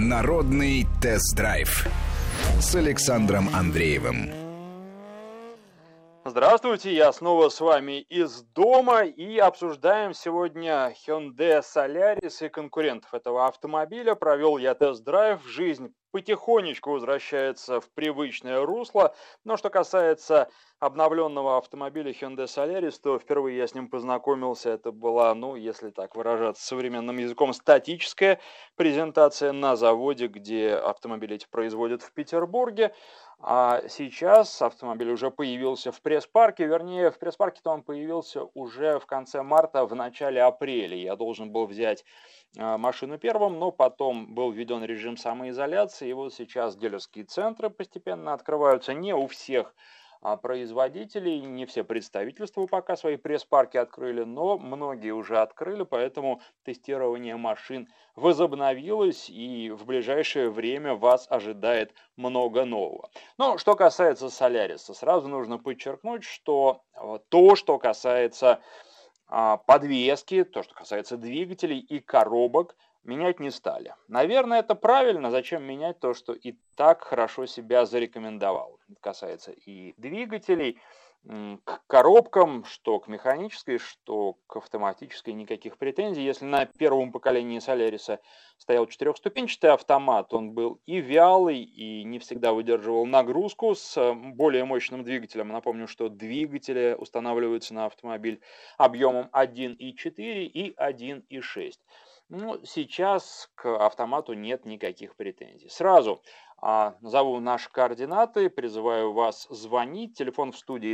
Народный тест-драйв с Александром Андреевым. Здравствуйте, я снова с вами из дома и обсуждаем сегодня Hyundai Solaris и конкурентов этого автомобиля. Провел я тест-драйв, жизнь потихонечку возвращается в привычное русло. Но что касается обновленного автомобиля Hyundai Solaris, то впервые я с ним познакомился. Это была, если так выражаться современным языком, статическая презентация на заводе, где автомобили эти производят в Петербурге. А сейчас автомобиль уже появился в пресс-парке, вернее, в пресс-парке-то он появился уже в конце марта, в начале апреля. Я должен был взять машину первым, но потом был введен режим самоизоляции, и вот сейчас дилерские центры постепенно открываются. Не у всех производителей, не все представительства пока свои пресс-парки открыли, но многие уже открыли, поэтому тестирование машин возобновилось, и в ближайшее время вас ожидает много нового. Но что касается Solaris, сразу нужно подчеркнуть, что то, что касается подвески, то, что касается двигателей и коробок, менять не стали. Наверное, это правильно. Зачем менять то, что и так хорошо себя зарекомендовал? Это касается и двигателей, к коробкам, что к механической, что к автоматической, никаких претензий. Если на первом поколении Solaris стоял четырехступенчатый автомат, он был и вялый, и не всегда выдерживал нагрузку с более мощным двигателем. Напомню, что двигатели устанавливаются на автомобиль объемом 1,4 и 1,6. Сейчас к автомату нет никаких претензий. Сразу назову наши координаты, призываю вас звонить. Телефон в студии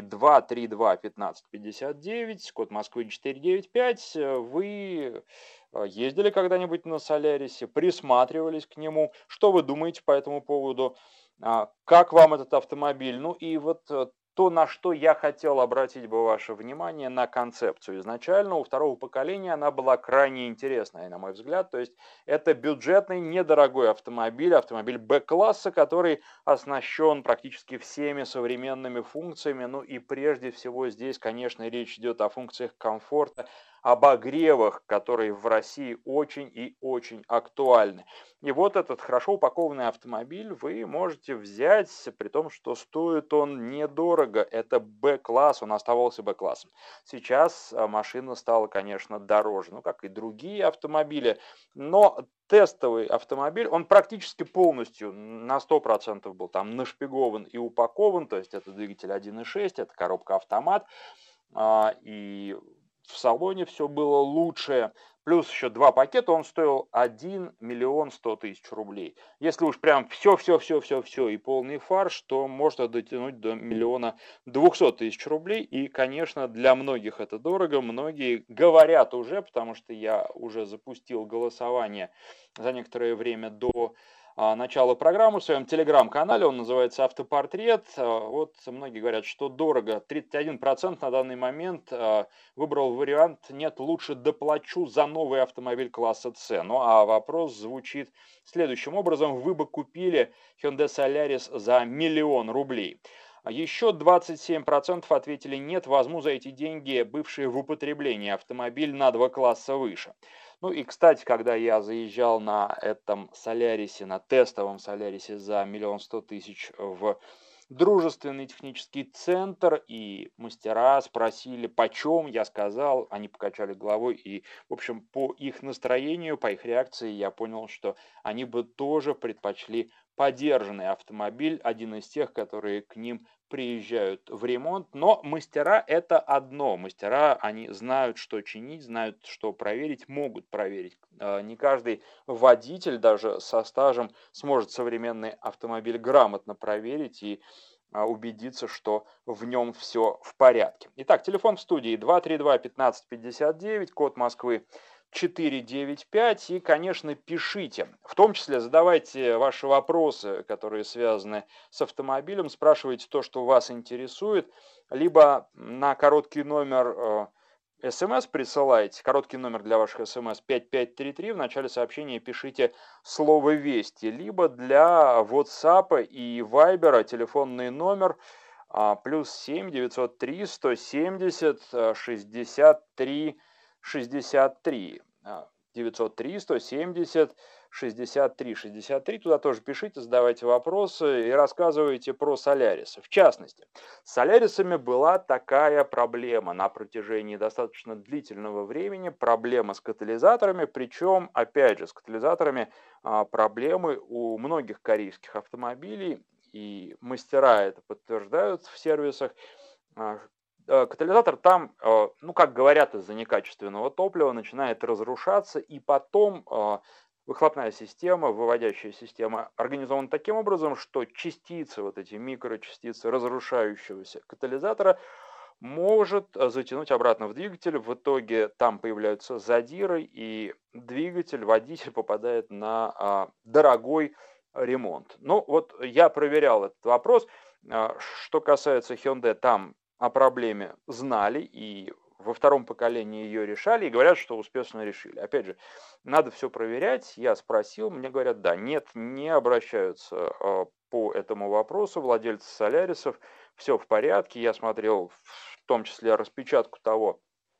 232-1559, код Москвы 495. Вы ездили когда-нибудь на Солярисе, присматривались к нему? Что вы думаете по этому поводу? Как вам этот автомобиль? И вот то, на что я хотел обратить бы ваше внимание, на концепцию. Изначально у второго поколения она была крайне интересная, на мой взгляд. То есть это бюджетный, недорогой автомобиль, автомобиль Б-класса, который оснащен практически всеми современными функциями. И прежде всего здесь, конечно, речь идет о функциях комфорта, обогревах, которые в России очень и очень актуальны. И вот этот хорошо упакованный автомобиль вы можете взять, при том, что стоит он недорого. Это Б-класс, он оставался Б-классом. Сейчас машина стала, конечно, дороже, как и другие автомобили. Но тестовый автомобиль, он практически полностью на 100% был там нашпигован и упакован. То есть это двигатель 1.6, это коробка автомат. И в салоне все было лучше. Плюс еще два пакета, он стоил 1 миллион 100 тысяч рублей. Если уж прям все и полный фарш, то можно дотянуть до 1 миллиона 200 тысяч рублей. И, конечно, для многих это дорого. Многие говорят уже, потому что я уже запустил голосование за некоторое время до начала программы в своем телеграм-канале, он называется «Автопортрет». Вот многие говорят, что дорого. 31% на данный момент выбрал вариант «нет, лучше доплачу за новый автомобиль класса С». А вопрос звучит следующим образом. Вы бы купили Hyundai Solaris за 1 миллион рублей? Еще 27% ответили «нет, возьму за эти деньги бывший в употреблении автомобиль на 2 класса выше». И, кстати, когда я заезжал на этом Солярисе, на тестовом Солярисе за 1 миллион 100 тысяч в дружественный технический центр, и мастера спросили, почем, я сказал, они покачали головой, и, в общем, по их настроению, по их реакции я понял, что они бы тоже предпочли подержанный автомобиль, один из тех, которые к ним приезжают в ремонт. Но мастера это одно. Мастера, они знают, что чинить, знают, что проверить, могут проверить. Не каждый водитель, даже со стажем, сможет современный автомобиль грамотно проверить и убедиться, что в нем все в порядке. Итак, телефон в студии 232-1559, код Москвы 495. И, конечно, пишите. В том числе задавайте ваши вопросы, которые связаны с автомобилем. Спрашивайте то, что вас интересует. Либо на короткий номер СМС присылайте. Короткий номер для ваших СМС 5533. В начале сообщения пишите слово «Вести». Либо для WhatsApp и Viber телефонный номер +7 903 170 63 63. 903-170-63-63. Туда тоже пишите, задавайте вопросы и рассказывайте про солярисы. В частности, с солярисами была такая проблема на протяжении достаточно длительного времени, проблема с катализаторами, причем, опять же, с катализаторами проблемы у многих корейских автомобилей, и мастера это подтверждают в сервисах. Катализатор там, ну, как говорят, из-за некачественного топлива начинает разрушаться, и потом выхлопная система, выводящая система организована таким образом, что частицы, вот эти микрочастицы разрушающегося катализатора может затянуть обратно в двигатель. В итоге там появляются задиры, и двигатель, водитель попадает на дорогой ремонт. Ну, вот я проверял этот вопрос. Что касается Hyundai, там о проблеме знали и во втором поколении ее решали, и говорят, что успешно решили. Опять же, надо все проверять. Я спросил, мне говорят, да, нет, не обращаются по этому вопросу владельцы солярисов, все в порядке. Я смотрел в том числе распечатку того,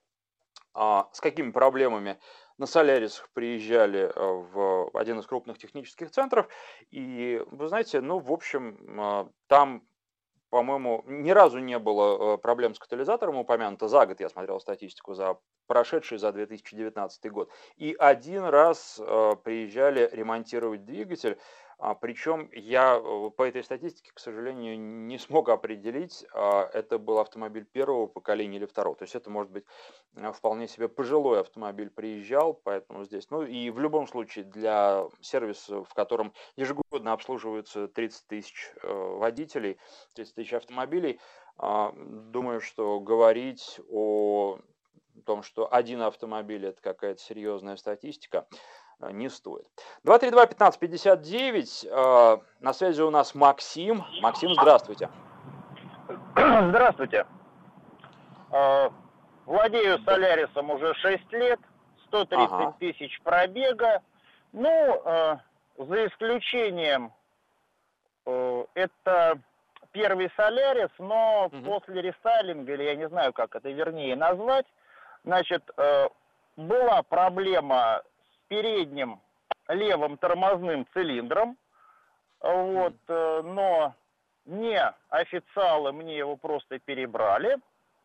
с какими проблемами на солярисах приезжали в один из крупных технических центров, и, вы знаете, ну, в общем, там, по-моему, ни разу не было проблем с катализатором упомянуто. За год я смотрел статистику, за прошедший, за 2019 год. И один раз приезжали ремонтировать двигатель. Причем я по этой статистике, к сожалению, не смог определить, это был автомобиль первого поколения или второго. То есть это может быть вполне себе пожилой автомобиль приезжал, поэтому здесь. Ну и в любом случае для сервиса, в котором ежегодно обслуживаются 30 тысяч водителей, 30 тысяч автомобилей, думаю, что говорить о том, что один автомобиль — это какая-то серьезная статистика, не стоит. 232-15-59. На связи у нас Максим. Максим, здравствуйте. Здравствуйте. Владею солярисом уже 6 лет, 130 тысяч пробега. Ну, за исключением, это первый солярис, но после рестайлинга, или я не знаю, как это вернее назвать, значит, была проблема передним левым тормозным цилиндром, вот, но не официалы мне его просто перебрали,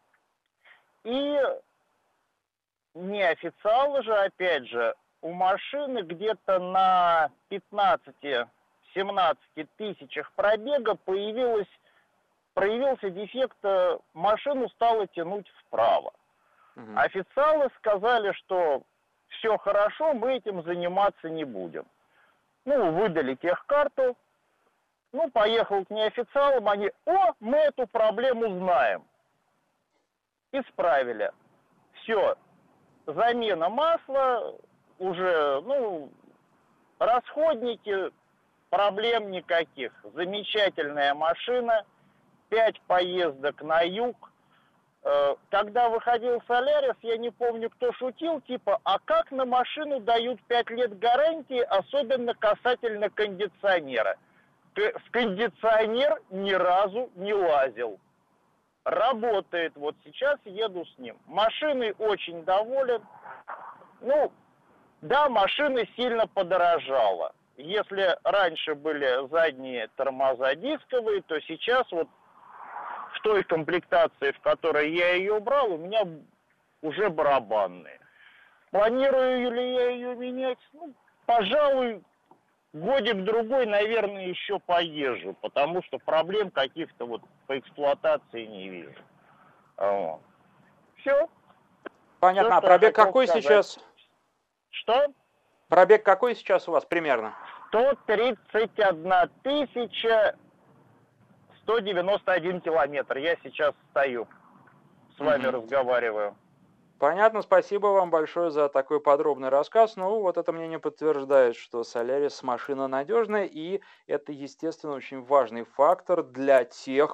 и неофициалы же, опять же, у машины где-то на 15-17 тысячах пробега проявился дефект, машину стало тянуть вправо. Официалы сказали, что все хорошо, мы этим заниматься не будем. Ну, выдали техкарту, ну, поехал к неофициалам, они, мы эту проблему знаем. Исправили. Все, замена масла, уже, ну, расходники, проблем никаких. Замечательная машина, 5 поездок на юг. Когда выходил Солярис, я не помню, кто шутил, типа, а как на машину дают 5 лет гарантии, особенно касательно кондиционера? С кондиционер ни разу не лазил. Работает, вот сейчас еду с ним. Машиной очень доволен. Ну, да, машина сильно подорожала. Если раньше были задние тормоза дисковые, то сейчас вот в той комплектации, в которой я ее брал, у меня уже барабанные. Планирую ли я ее менять? Ну, пожалуй, годик-другой, наверное, еще поезжу, потому что проблем каких-то вот по эксплуатации не вижу. Вот. Все. Понятно. А пробег какой сейчас? Что? Пробег какой сейчас у вас примерно? 131 тысяча 191 километр. Я сейчас стою, с вами разговариваю. Понятно, спасибо вам большое за такой подробный рассказ. Ну, вот это мнение подтверждает, что Солярис машина надежная, и это, естественно, очень важный фактор для тех, кто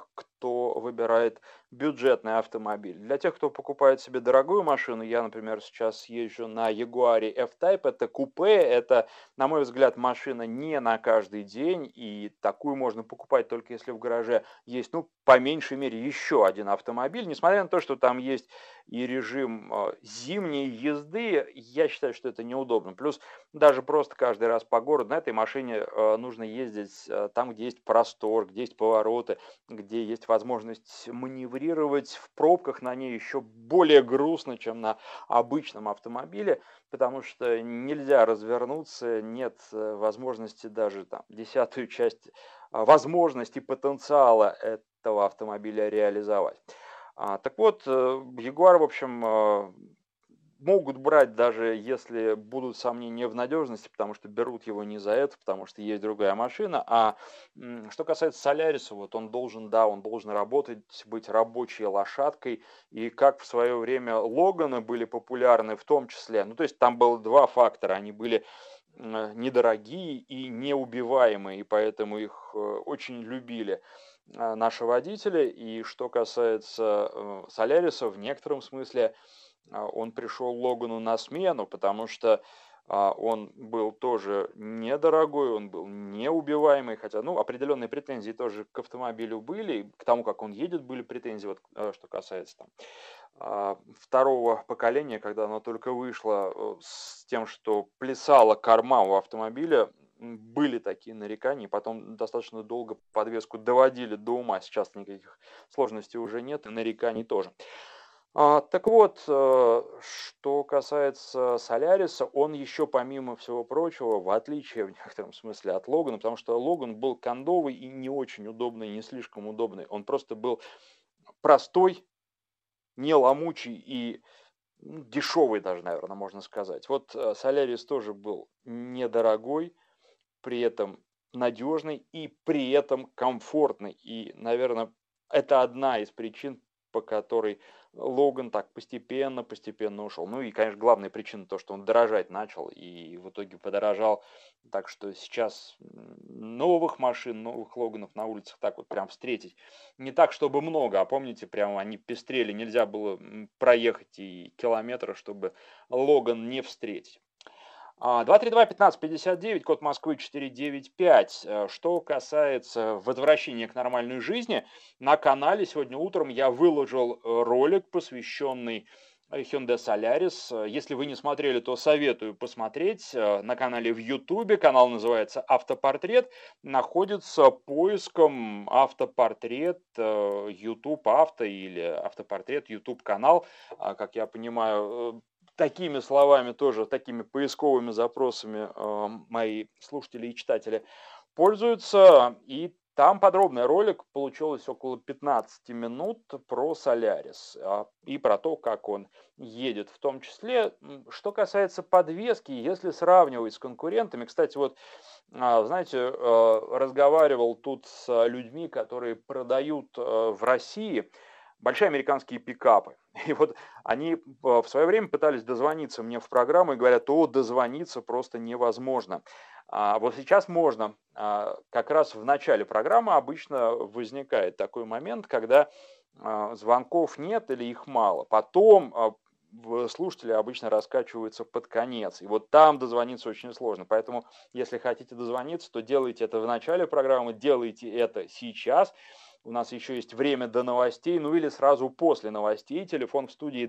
кто выбирает бюджетный автомобиль. Для тех, кто покупает себе дорогую машину, я, например, сейчас езжу на Jaguar F-Type, это купе, это, на мой взгляд, машина не на каждый день, и такую можно покупать только если в гараже есть, ну, по меньшей мере, еще один автомобиль, несмотря на то, что там есть и режим зимней езды, я считаю, что это неудобно. Плюс даже просто каждый раз по городу на этой машине нужно ездить там, где есть простор, где есть повороты, где есть возможность маневрировать в пробках на ней еще более грустно, чем на обычном автомобиле, потому что нельзя развернуться, нет возможности даже там, 10-ю часть возможности потенциала этого автомобиля реализовать. Так вот, Jaguar, в общем, могут брать, даже если будут сомнения в надежности, потому что берут его не за это, потому что есть другая машина. А что касается Solaris, вот он должен работать, быть рабочей лошадкой. И как в свое время Логаны были популярны в том числе, ну то есть там было два фактора, они были недорогие и неубиваемые, и поэтому их очень любили наши водители. И что касается Соляриса, в некотором смысле он пришел Логану на смену, потому что он был тоже недорогой, он был неубиваемый, хотя, ну, определенные претензии тоже к автомобилю были, к тому, как он едет, были претензии, вот, что касается там второго поколения, когда оно только вышло, с тем, что плясала корма у автомобиля, были такие нарекания, потом достаточно долго подвеску доводили до ума, сейчас никаких сложностей уже нет, и нареканий тоже. Так вот, что касается Соляриса, он еще, помимо всего прочего, в отличие в некотором смысле от Логана, потому что Логан был кондовый и не очень удобный, не слишком удобный, он просто был простой, не ломучий и дешевый даже, наверное, можно сказать. Вот Солярис тоже был недорогой, при этом надежный и при этом комфортный. И, наверное, это одна из причин, по которой Логан так постепенно ушел. Ну и, конечно, главная причина то, что он дорожать начал и в итоге подорожал. Так что сейчас новых машин, новых Логанов на улицах так вот прям встретить не так, чтобы много. А помните, прямо они пестрели, нельзя было проехать и километра, чтобы Логан не встретить. 232-1559, код Москвы 495. Что касается возвращения к нормальной жизни, на канале сегодня утром я выложил ролик, посвященный Hyundai Solaris. Если вы не смотрели, то советую посмотреть. На канале в YouTube, канал называется «Автопортрет», находится поиском «Автопортрет YouTube Авто» или «Автопортрет YouTube канал». Как я понимаю, такими словами тоже, такими поисковыми запросами мои слушатели и читатели пользуются. И там подробный ролик, получилось около 15 минут, про Solaris и про то, как он едет. В том числе, что касается подвески, если сравнивать с конкурентами. Кстати, вот, знаете, разговаривал тут с людьми, которые продают в России большие американские пикапы. И вот они в свое время пытались дозвониться мне в программу и говорят, дозвониться просто невозможно. Вот сейчас можно. Как раз в начале программы обычно возникает такой момент, когда звонков нет или их мало. Потом слушатели обычно раскачиваются под конец. И вот там дозвониться очень сложно. Поэтому, если хотите дозвониться, то делайте это в начале программы, делайте это сейчас. У нас еще есть время до новостей, ну или сразу после новостей. Телефон в студии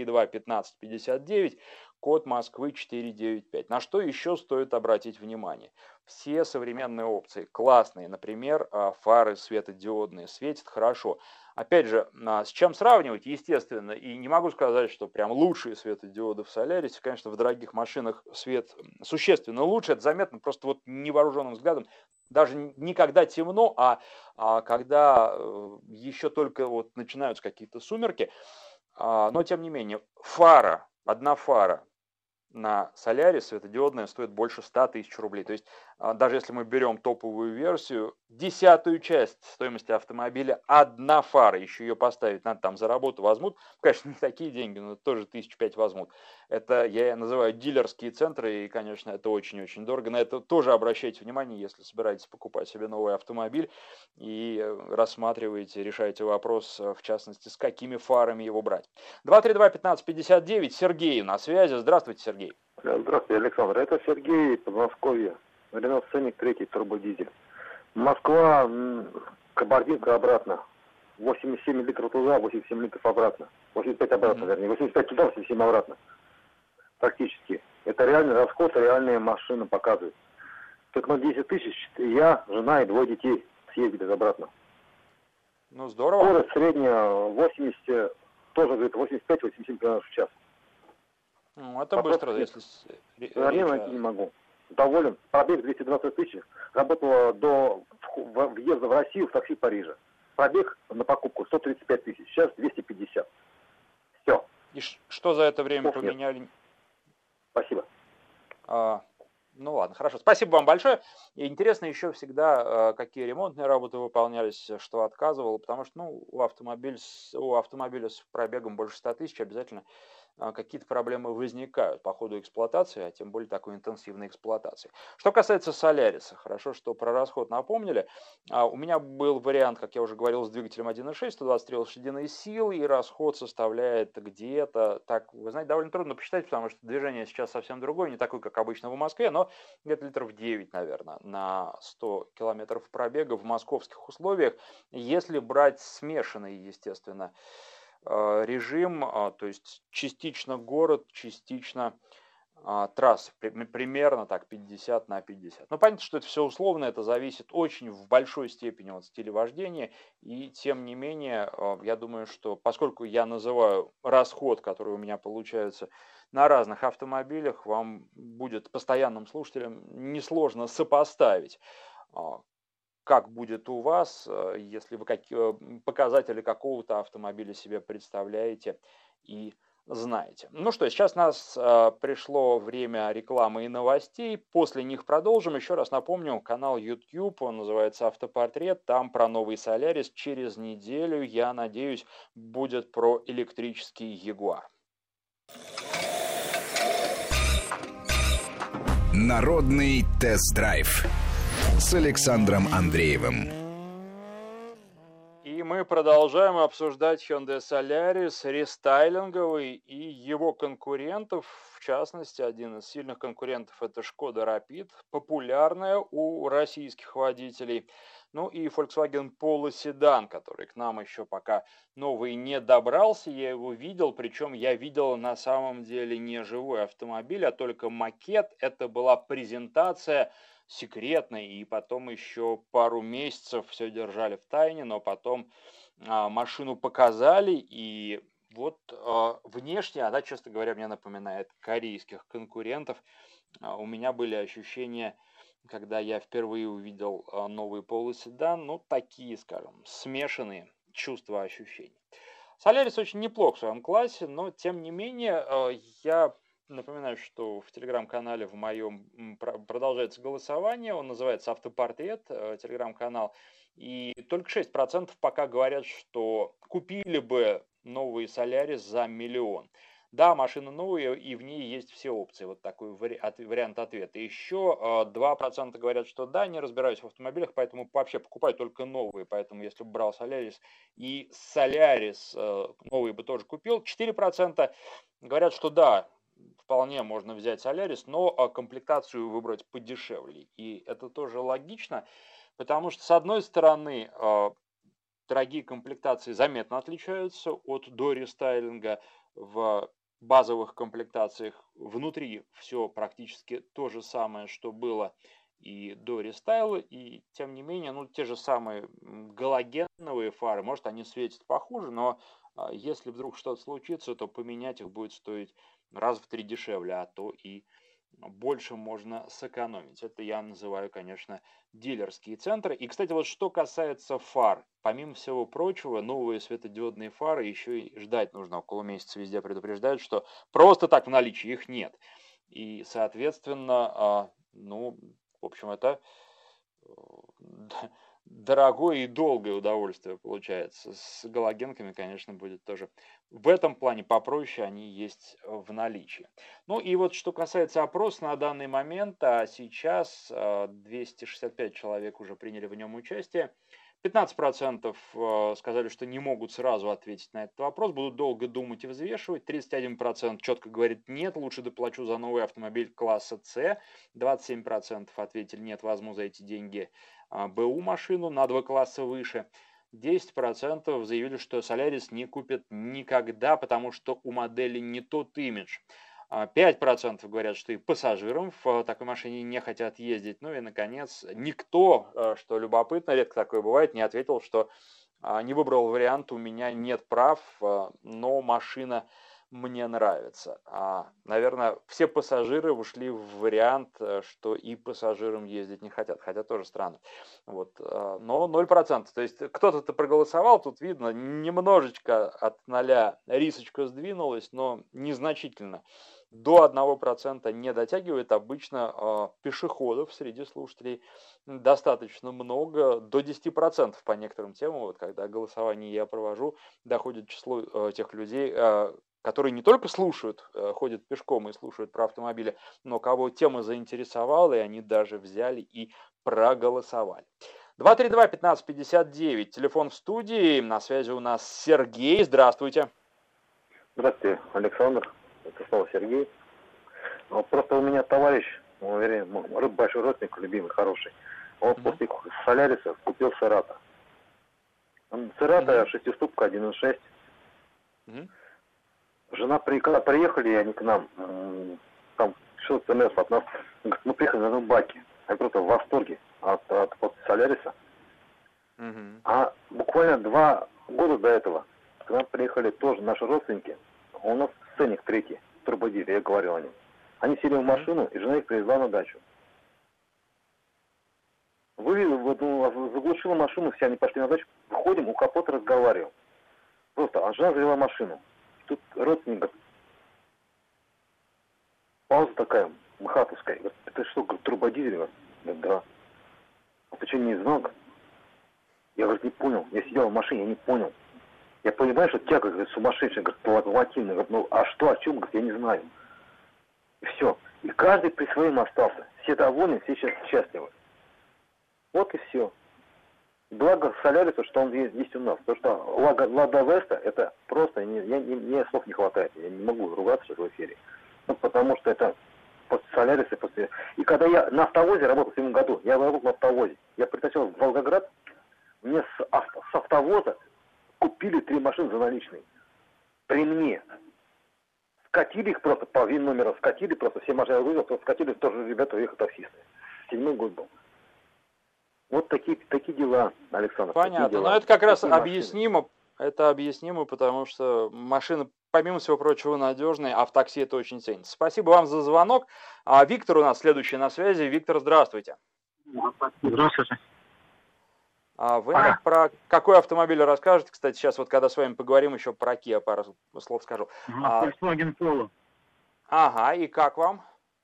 232-1559, код Москвы 495. На что еще стоит обратить внимание? Все современные опции классные. Например, фары светодиодные, светят хорошо. Опять же, с чем сравнивать, естественно, и не могу сказать, что прям лучшие светодиоды в Солярисе. Конечно, в дорогих машинах свет существенно лучше, это заметно просто вот невооруженным взглядом. Даже не когда темно, а когда еще только вот начинаются какие-то сумерки. Но тем не менее, одна фара на Соляре светодиодная стоит больше 100 тысяч рублей. То есть даже если мы берем топовую версию, 1/10 часть стоимости автомобиля одна фара, еще ее поставить надо, там за работу возьмут, конечно, не такие деньги, но тоже 1005 возьмут. Это я называю дилерские центры, и, конечно, это очень-очень дорого. На это тоже обращайте внимание, если собираетесь покупать себе новый автомобиль и рассматриваете, решаете вопрос, в частности, с какими фарами его брать. 232-1559, Сергей на связи. Здравствуйте, Сергей. Здравствуйте, Александр. Это Сергей, Подмосковье. Рено Сценик, 3 турбодизель. Москва, Кабардинка обратно. 87 литров туда, 87 литров обратно. 85 обратно, вернее. 85 туда, 87 обратно. Практически. Это реальный расход, реальная машина показывает. Только на 10 тысяч я, жена и 2 детей съездили обратно. Ну, здорово. Скорость средняя 80, тоже говорит 85-87 км в час. Ну, это быстро, если... Я найти не могу. Доволен. Пробег 220 тысяч. Работала до въезда в Россию в такси Парижа. Пробег на покупку 135 тысяч. Сейчас 250. Все. И что за это время поменяли? Нет. Спасибо. Ну ладно, хорошо. Спасибо вам большое. И интересно еще всегда, какие ремонтные работы выполнялись, что отказывало, потому что у автомобиля с пробегом больше 100 тысяч обязательно какие-то проблемы возникают по ходу эксплуатации, а тем более такой интенсивной эксплуатации. Что касается Соляриса, хорошо, что про расход напомнили. У меня был вариант, как я уже говорил, с двигателем 1.6, 123 лошадиные силы, и расход составляет где-то, так, вы знаете, довольно трудно посчитать, потому что движение сейчас совсем другое, не такое, как обычно в Москве, но где-то литров 9, наверное, на 100 километров пробега в московских условиях, если брать смешанный, естественно, режим, то есть частично город, частично трассы, примерно так 50 на 50. Но понятно, что это все условно, это зависит очень в большой степени от стиля вождения, и тем не менее, я думаю, что поскольку я называю расход, который у меня получается на разных автомобилях, вам будет постоянным слушателям несложно сопоставить, как будет у вас, если вы показатели какого-то автомобиля себе представляете и знаете. Ну что, сейчас у нас пришло время рекламы и новостей. После них продолжим. Еще раз напомню, канал YouTube, он называется «Автопортрет». Там про новый Солярис. Через неделю, я надеюсь, будет про электрический Ягуар. Народный тест-драйв с Александром Андреевым. И мы продолжаем обсуждать Hyundai Solaris рестайлинговый и его конкурентов. В частности, один из сильных конкурентов — это Skoda Rapid, популярная у российских водителей. Ну и Volkswagen Polo седан, который к нам еще пока новый не добрался. Я его видел, причем я видел на самом деле не живой автомобиль, а только макет. Это была презентация секретной, и потом еще пару месяцев все держали в тайне, но потом машину показали, и вот внешне она, честно говоря, мне напоминает корейских конкурентов. У меня были ощущения, когда я впервые увидел новый полуседан, ну такие, скажем, смешанные чувства, ощущения. Солярис очень неплох в своем классе, но тем не менее я напоминаю, что в телеграм-канале в моем продолжается голосование. Он называется «Автопортрет», телеграм-канал. И только 6% пока говорят, что купили бы новый Солярис за 1 миллион. Да, машина новая, и в ней есть все опции. Вот такой вариант ответа. Еще 2% говорят, что да, не разбираюсь в автомобилях, поэтому вообще покупаю только новые. Поэтому если бы брал Солярис и Солярис новый бы тоже купил. 4% говорят, что да, вполне можно взять Солярис, но комплектацию выбрать подешевле. И это тоже логично, потому что, с одной стороны, дорогие комплектации заметно отличаются от дорестайлинга. В базовых комплектациях внутри все практически то же самое, что было и до рестайла, и тем не менее, те же самые галогеновые фары, может, они светят похуже, но если вдруг что-то случится, то поменять их будет стоить раз в 3 дешевле, а то и больше можно сэкономить. Это я называю, конечно, дилерские центры. И, кстати, вот что касается фар. Помимо всего прочего, новые светодиодные фары еще и ждать нужно. Около месяца везде предупреждают, что просто так в наличии их нет. И, соответственно, В общем, это дорогое и долгое удовольствие получается. С галогенками, конечно, будет тоже в этом плане попроще, они есть в наличии. Ну и вот что касается опроса на данный момент, а сейчас 265 человек уже приняли в нем участие. 15% сказали, что не могут сразу ответить на этот вопрос, будут долго думать и взвешивать. 31% четко говорит нет, лучше доплачу за новый автомобиль класса С. 27% ответили нет, возьму за эти деньги БУ машину на 2 класса выше. 10% заявили, что Солярис не купят никогда, потому что у модели не тот имидж. 5% говорят, что и пассажирам в такой машине не хотят ездить. Ну и, наконец, никто, что любопытно, редко такое бывает, не ответил, что не выбрал вариант «у меня нет прав, но машина мне нравится». Наверное, все пассажиры ушли в вариант, что и пассажирам ездить не хотят, хотя тоже странно. Вот. Но 0%. То есть кто-то проголосовал, тут видно, немножечко от 0 рисочка сдвинулась, но незначительно. До 1% не дотягивает. Обычно пешеходов среди слушателей достаточно много, до 10% по некоторым темам. Вот когда голосование я провожу, доходит число тех людей, которые не только слушают, ходят пешком и слушают про автомобили, но кого тема заинтересовала, и они даже взяли и проголосовали. 232-1559, телефон в студии, на связи у нас Сергей, здравствуйте. Здравствуйте, Александр. Это снова Сергей. Просто у меня товарищ, вернее, большой родственник, любимый, хороший. Он после Соляриса купил Церата. Церата, шестиступка, 1.6. Жена приехали, и они к нам, там что-то ЦМС от нас, говорит, мы приехали на одном баке. Они просто в восторге от Соляриса. А буквально 2 года до этого к нам приехали тоже наши родственники. У нас Сценик 3, турбодизель, я говорил о нем. Они сели в машину, и жена их привезла на дачу. Заглушила машину, все они пошли на дачу, выходим, у капота разговариваем. Просто, а жена завела машину. Тут родственник говорит, пауза такая, мхатовская. Говорит, это что, турбодизель? Говорит, да. А ты что, не знал? Я, говорит, не понял. Я сидел в машине, я не понял. Я понимаю, что тяга, говорит, сумасшедшая, говорит, латинная. Говорит, ну, а что, о чем, говорит, я не знаю. И все. И каждый при своем остался. Все довольны, все счастливы. Вот и все. Благо Соляриса, что он есть у нас. Потому что Лада Веста, это просто, мне слов не хватает. Я не могу ругаться сейчас в эфире. Ну, потому что это после Соляриса, после... И когда я на автовозе работал в 7 году, я работал на автовозе. Я притащил в Волгоград, мне с автовоза купили 3 машины за наличные. При мне. Скатили их просто по ВИН-номеру, скатили просто, все машины вывел, скатили тоже ребята, уехали таксисты. 7 год был. Вот такие дела, Александр. Понятно, дела. но это как раз такие объяснимо. Машины. Это объяснимо, потому что машина, помимо всего прочего, надежная, а в такси это очень ценится. Спасибо вам за звонок. Виктор у нас следующий на связи. Виктор, здравствуйте. Здравствуйте. Вы нам про какой автомобиль расскажете? Кстати, сейчас вот когда с вами поговорим, еще про Kia пару слов скажу. Volkswagen Polo. Ага, и как вам?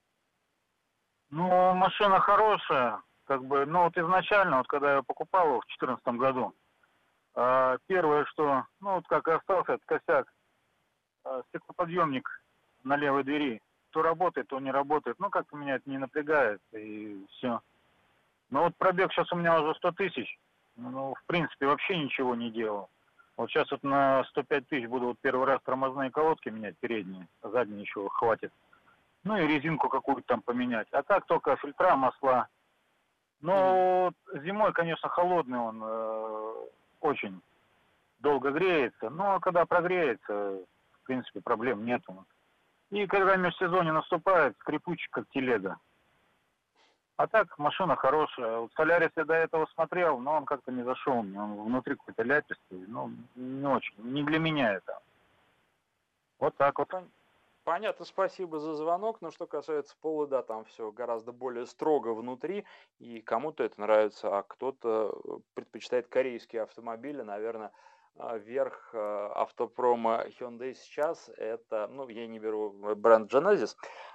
Ну, машина хорошая. Как бы, ну вот изначально, вот когда я покупал его в 2014 году, первое, что, ну вот как и остался, это косяк, стеклоподъемник на левой двери. То работает, то не работает. Ну, как-то меня это не напрягает, и все. Но вот пробег сейчас у меня уже 100 тысяч. Ну, в принципе, вообще ничего не делал. Вот сейчас вот на 105 тысяч буду вот первый раз тормозные колодки менять, передние, задние еще хватит. Ну и резинку какую-то там поменять. А так только фильтра, масла. Но зимой, конечно, холодный он очень долго греется. Но когда прогреется, в принципе, проблем нету. И когда межсезонье наступает, скрипучий, как телега. А так, машина хорошая. Вот Солярис я до этого смотрел, но он как-то не зашел мне. Он внутри какой-то ляпистый. Ну, не очень. Не для меня это. Вот так вот. Понятно, спасибо за звонок. Но что касается Пола, да, там все гораздо более строго внутри. И кому-то это нравится, а кто-то предпочитает корейские автомобили. Наверное, верх автопрома Hyundai сейчас это, ну, я не беру бренд Genesis,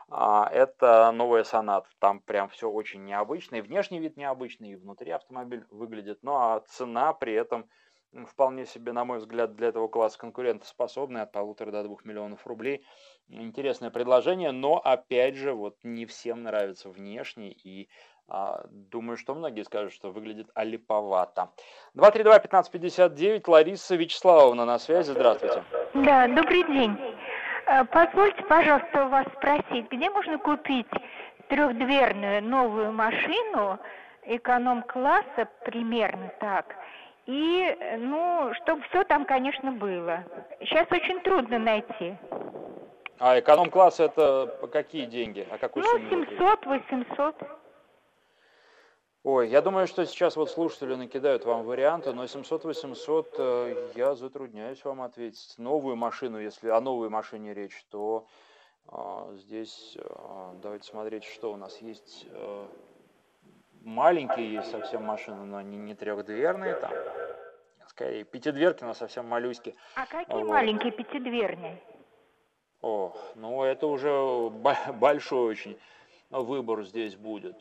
Это новая Sonata. Там прям все очень необычно. И внешний вид необычный, и внутри автомобиль выглядит. Ну а цена при этом вполне себе, на мой взгляд, для этого класса конкурентоспособная, от 1,5 до 2 миллионов рублей. Интересное предложение, но опять же, вот не всем нравится внешний, и думаю, что многие скажут, что выглядит олиповато. 232-1559, Лариса Вячеславовна на связи, здравствуйте. Да, добрый день. Позвольте, пожалуйста, у вас спросить, где можно купить трехдверную новую машину эконом-класса, примерно так, и, чтобы все там, конечно, было. Сейчас очень трудно найти. А эконом-класс это по какие деньги? А какую сумму? 700-800. Ой, я думаю, что сейчас вот слушатели накидают вам варианты, но 700-800 я затрудняюсь вам ответить. Новую машину, если о новой машине речь, то здесь давайте смотреть, что у нас есть. Маленькие есть совсем машины, но они не трехдверные там. Скорее, пятидверки, но совсем малюськи. А какие маленькие пятидверные? Ну это уже большой очень выбор здесь будет.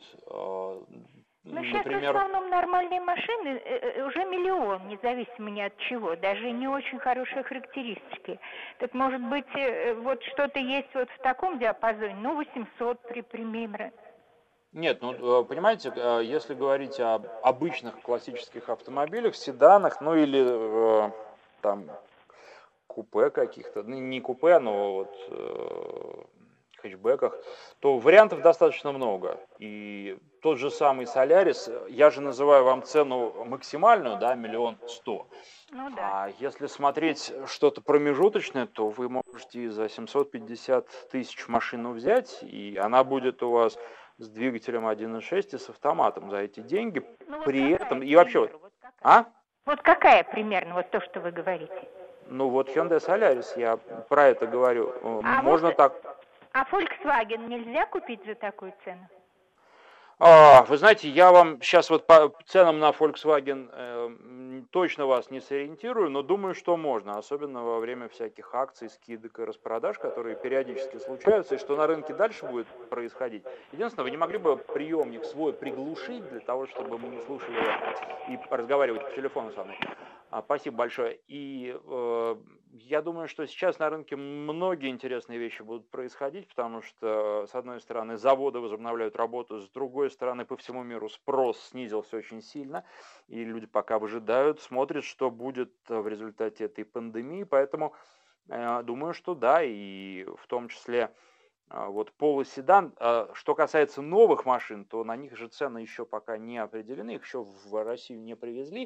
Сейчас в основном нормальные машины уже миллион, независимо ни от чего, даже не очень хорошие характеристики. Так может быть вот что-то есть вот в таком диапазоне, 800 примерно. Нет, понимаете, если говорить об обычных классических автомобилях, седанах, или там купе каких-то, не купе, но вот хэтчбеках, то вариантов достаточно много. И тот же самый Солярис, я же называю вам цену максимальную, да, 1 100 000. Ну, да. А если смотреть что-то промежуточное, то вы можете за 750 000 машину взять, и она будет у вас с двигателем 1.6 и с автоматом за эти деньги. При этом, и вообще... Вот какая примерно, вот то, что вы говорите? Вот Hyundai Solaris, я про это говорю. Можно так... А Volkswagen нельзя купить за такую цену? Вы знаете, я вам сейчас вот по ценам на Volkswagen точно вас не сориентирую, но думаю, что можно, особенно во время всяких акций, скидок и распродаж, которые периодически случаются, и что на рынке дальше будет происходить. Единственное, вы не могли бы приемник свой приглушить для того, чтобы мы не слушали и разговаривать по телефону со мной? Спасибо большое. И я думаю, что сейчас на рынке многие интересные вещи будут происходить, потому что, с одной стороны, заводы возобновляют работу, с другой стороны, по всему миру спрос снизился очень сильно, и люди пока выжидают, смотрят, что будет в результате этой пандемии, поэтому думаю, что да, и в том числе вот полуседан. Что касается новых машин, то на них же цены еще пока не определены, их еще в Россию не привезли.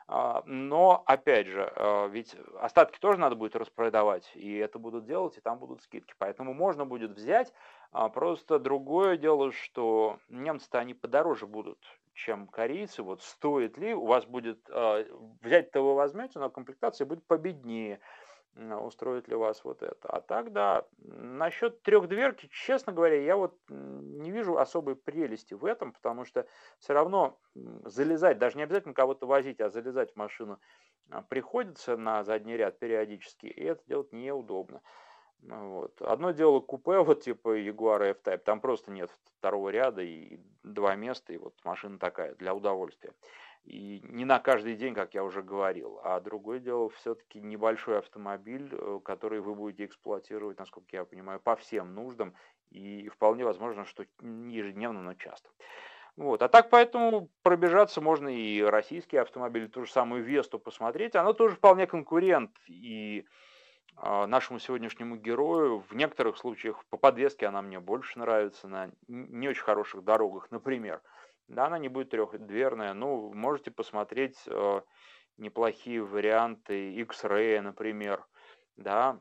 Но, опять же, ведь остатки тоже надо будет распродавать, и это будут делать, и там будут скидки. Поэтому можно будет взять, просто другое дело, что немцы-то они подороже будут, чем корейцы. Вот стоит ли, у вас будет, взять-то вы возьмете, но комплектация будет победнее. Устроит ли вас вот это. А так, да, насчет трехдверки, честно говоря, я вот не вижу особой прелести в этом, потому что все равно залезать, даже не обязательно кого-то возить, а залезать в машину приходится на задний ряд периодически, и это делать неудобно. Вот. Одно дело купе, вот типа Jaguar F-Type, там просто нет второго ряда и 2 места, и вот машина такая для удовольствия. И не на каждый день, как я уже говорил. А другое дело, все-таки небольшой автомобиль, который вы будете эксплуатировать, насколько я понимаю, по всем нуждам. И вполне возможно, что не ежедневно, но часто. Вот. А так, поэтому пробежаться можно и российские автомобили, ту же самую Весту посмотреть. Она тоже вполне конкурент. И нашему сегодняшнему герою в некоторых случаях по подвеске она мне больше нравится на не очень хороших дорогах, например. Да, она не будет трехдверная. Можете посмотреть неплохие варианты X-Ray, например. Да,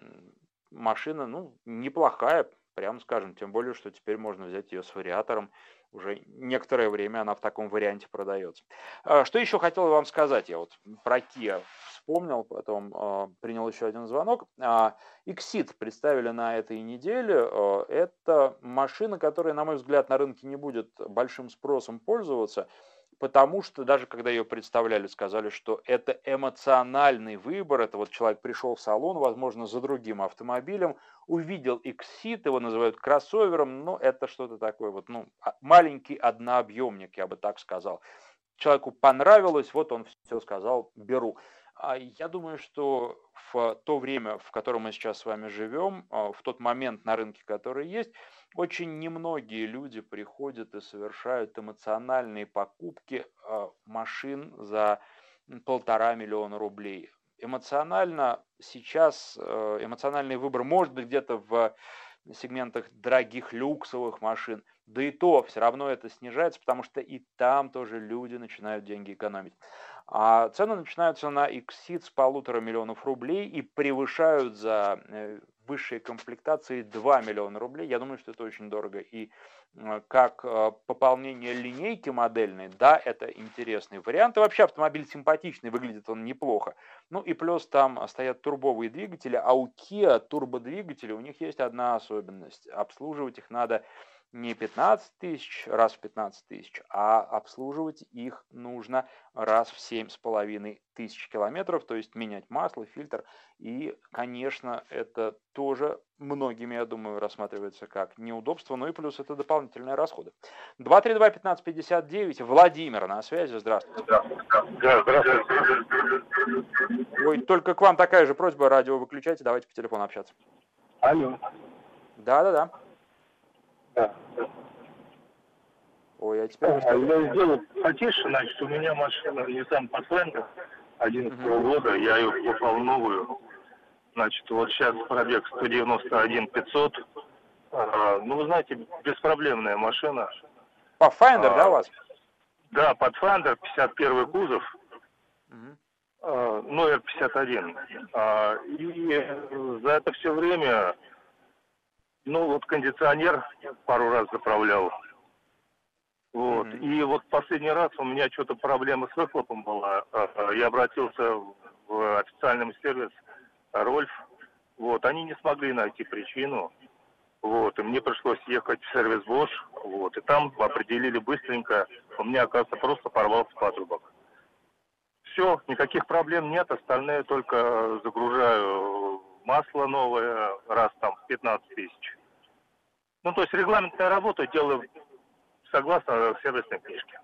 машина, неплохая, прямо скажем. Тем более, что теперь можно взять ее с вариатором. Уже некоторое время она в таком варианте продается. Что еще хотел вам сказать? Я вот про Kia вспомнил, потом принял еще один звонок. Exit представили на этой неделе. Это машина, которая, на мой взгляд, на рынке не будет большим спросом пользоваться потому что даже когда ее представляли, сказали, что это эмоциональный выбор, это вот человек пришел в салон, возможно, за другим автомобилем, увидел Exit, его называют кроссовером, но это что-то такое вот, маленький однообъемник, я бы так сказал. Человеку понравилось, вот он все сказал, беру. Я думаю, что в то время, в котором мы сейчас с вами живем, в тот момент на рынке, который есть, очень немногие люди приходят и совершают эмоциональные покупки машин за 1,5 миллиона рублей. Эмоционально сейчас, эмоциональный выбор может быть где-то в сегментах дорогих люксовых машин, да и то все равно это снижается, потому что и там тоже люди начинают деньги экономить. А цены начинаются на Exit с 1,5 миллиона рублей и превышают за высшие комплектации 2 миллиона рублей. Я думаю, что это очень дорого. И как пополнение линейки модельной, да, это интересный вариант. И вообще автомобиль симпатичный, выглядит он неплохо. Ну и плюс там стоят турбовые двигатели, а у Kia турбодвигатели, у них есть одна особенность. Обслуживать их надо не 15 тысяч, раз в 15 тысяч, а обслуживать их нужно раз в 7,5 тысяч километров, то есть менять масло, фильтр. И, конечно, это тоже многими, я думаю, рассматривается как неудобство, ну и плюс это дополнительные расходы. 232-1559, Владимир на связи, здравствуйте. Да, здравствуйте. Ой, только к вам такая же просьба, радио выключайте, давайте по телефону общаться. Алло. Да. Да. Ой, а теперь... Я сделал потише, значит, у меня машина Nissan Pathfinder 2011 года, я ее покупал новую. Значит, вот сейчас пробег 191 500. Ну, вы знаете, беспроблемная машина. Pathfinder, да, у вас? Да, Pathfinder, 51 кузов. Ну, R51. И за это все время, ну, вот кондиционер пару раз заправлял. Вот. И вот последний раз у меня что-то проблема с выхлопом была. Я обратился в официальный сервис Рольф. Вот. Они не смогли найти причину. Вот. И мне пришлось ехать в сервис Bosch. Вот. И там определили быстренько. У меня, оказывается, просто порвался патрубок. Все, никаких проблем нет. Остальное только загружаю масло новое раз там в 15 тысяч. Ну, то есть регламентная работа делаю согласно сервисной книжке.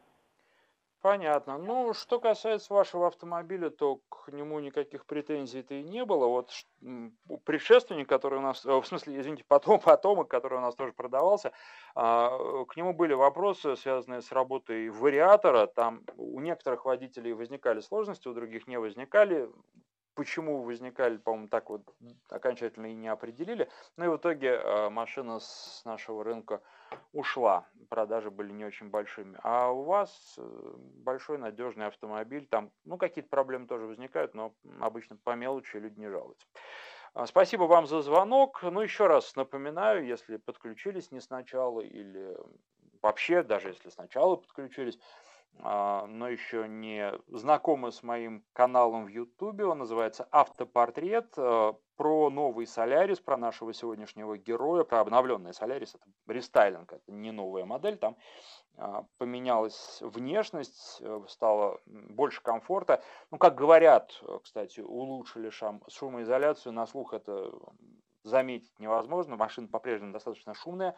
Понятно. Ну, что касается вашего автомобиля, то к нему никаких претензий-то и не было. Вот предшественник, который у нас, в смысле, извините, потомок, который у нас тоже продавался, к нему были вопросы, связанные с работой вариатора. Там у некоторых водителей возникали сложности, у других не возникали. Почему возникали, по-моему, так вот окончательно и не определили. Ну и в итоге машина с нашего рынка ушла. Продажи были не очень большими. А у вас большой надежный автомобиль. Там, ну, какие-то проблемы тоже возникают, но обычно по мелочи люди не жалуются. Спасибо вам за звонок. Ну, еще раз напоминаю, если подключились не сначала или вообще, даже если сначала подключились, но еще не знакомы с моим каналом в Ютубе, он называется «Автопортрет», про новый Солярис, про нашего сегодняшнего героя, про обновленный Солярис, это рестайлинг, это не новая модель, там поменялась внешность, стало больше комфорта. Ну, как говорят, кстати, улучшили шумоизоляцию, на слух это заметить невозможно, машина по-прежнему достаточно шумная.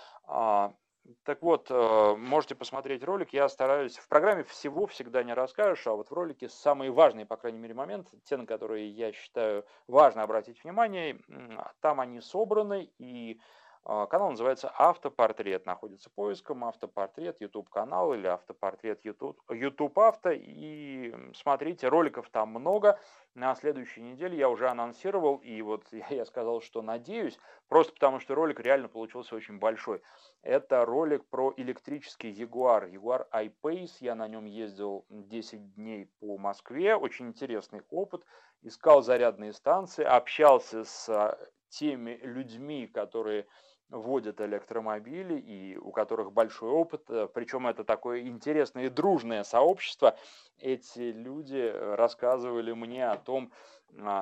Так вот, можете посмотреть ролик, я стараюсь, в программе всего всегда не расскажешь, а вот в ролике самые важные, по крайней мере, моменты, те, на которые я считаю важно обратить внимание, там они собраны, и канал называется «Автопортрет», находится поиском «Автопортрет», YouTube-канал или «Автопортрет», YouTube Авто, и смотрите, роликов там много. На следующей неделе я уже анонсировал, и вот я сказал, что надеюсь, просто потому что ролик реально получился очень большой. Это ролик про электрический Jaguar I-Pace, я на нем ездил 10 дней по Москве, очень интересный опыт, искал зарядные станции, общался с теми людьми, которые водят электромобили и у которых большой опыт, причем это такое интересное и дружное сообщество. Эти люди рассказывали мне о том,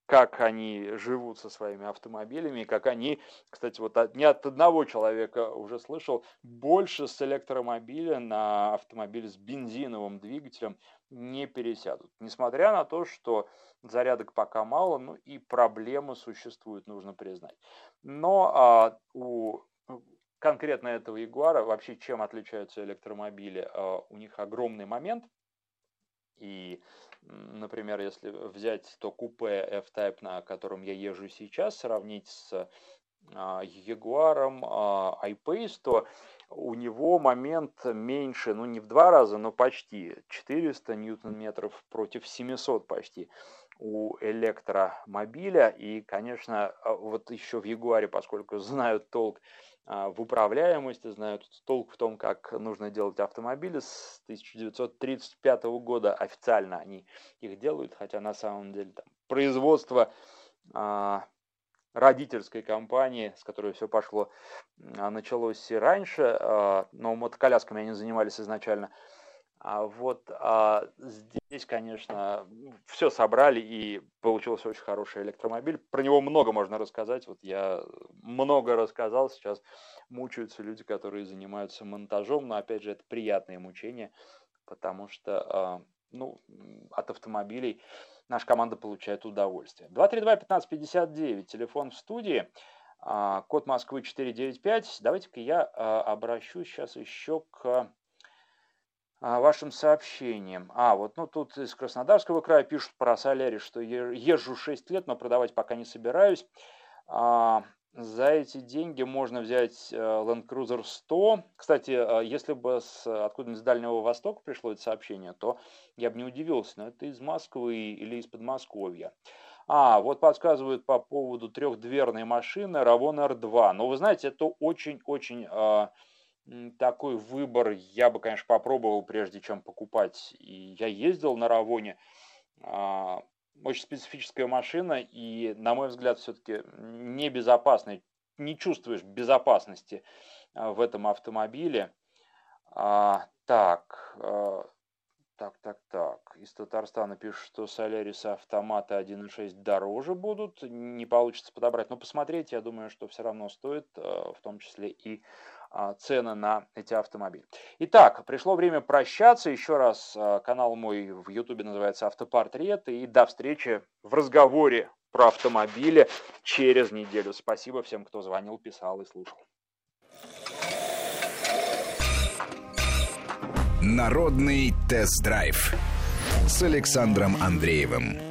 как они живут со своими автомобилями, как они, кстати, вот не от одного человека уже слышал, больше с электромобиля на автомобиль с бензиновым двигателем не пересядут. Несмотря на то, что зарядок пока мало, ну и проблемы существуют, нужно признать. Но у конкретно этого Ягуара, вообще чем отличаются электромобили, у них огромный момент. И, например, если взять то купе F-Type, на котором я езжу сейчас, сравнить с Ягуаром I-Pace, то у него момент меньше, ну не в 2 раза, но почти 400 ньютон-метров против 700 почти у электромобиля. И, конечно, вот еще в Ягуаре, поскольку знают толк в управляемости, знают толк в том, как нужно делать автомобили. С 1935 года официально они их делают, хотя на самом деле там производство родительской компании, с которой все пошло, началось и раньше, но мотоколясками они занимались изначально. Здесь, конечно, все собрали, и получился очень хороший электромобиль. Про него много можно рассказать. Вот я много рассказал, сейчас мучаются люди, которые занимаются монтажом, но, опять же, это приятное мучение, потому что от автомобилей наша команда получает удовольствие. 232-1559, телефон в студии, код Москвы 495. Давайте-ка я обращусь сейчас еще к вашим сообщениям. Тут из Краснодарского края пишут про Солярис, что езжу 6 лет, но продавать пока не собираюсь. За эти деньги можно взять Land Cruiser 100. Кстати, если бы откуда-нибудь с Дальнего Востока пришло это сообщение, то я бы не удивился, но это из Москвы или из Подмосковья. Вот подсказывают по поводу 3-дверной машины Ravon R2. Но вы знаете, это очень-очень такой выбор я бы, конечно, попробовал, прежде чем покупать. И я ездил на Равоне. Очень специфическая машина и, на мой взгляд, все-таки небезопасная. Не чувствуешь безопасности в этом автомобиле. Из Татарстана пишут, что Солярис автоматы 1.6 дороже будут. Не получится подобрать. Но посмотреть, я думаю, что все равно стоит, в том числе и цены на эти автомобили. Итак, пришло время прощаться. Еще раз, канал мой в Ютубе называется «Автопортрет». И до встречи в разговоре про автомобили через неделю. Спасибо всем, кто звонил, писал и слушал. Народный тест-драйв с Александром Андреевым.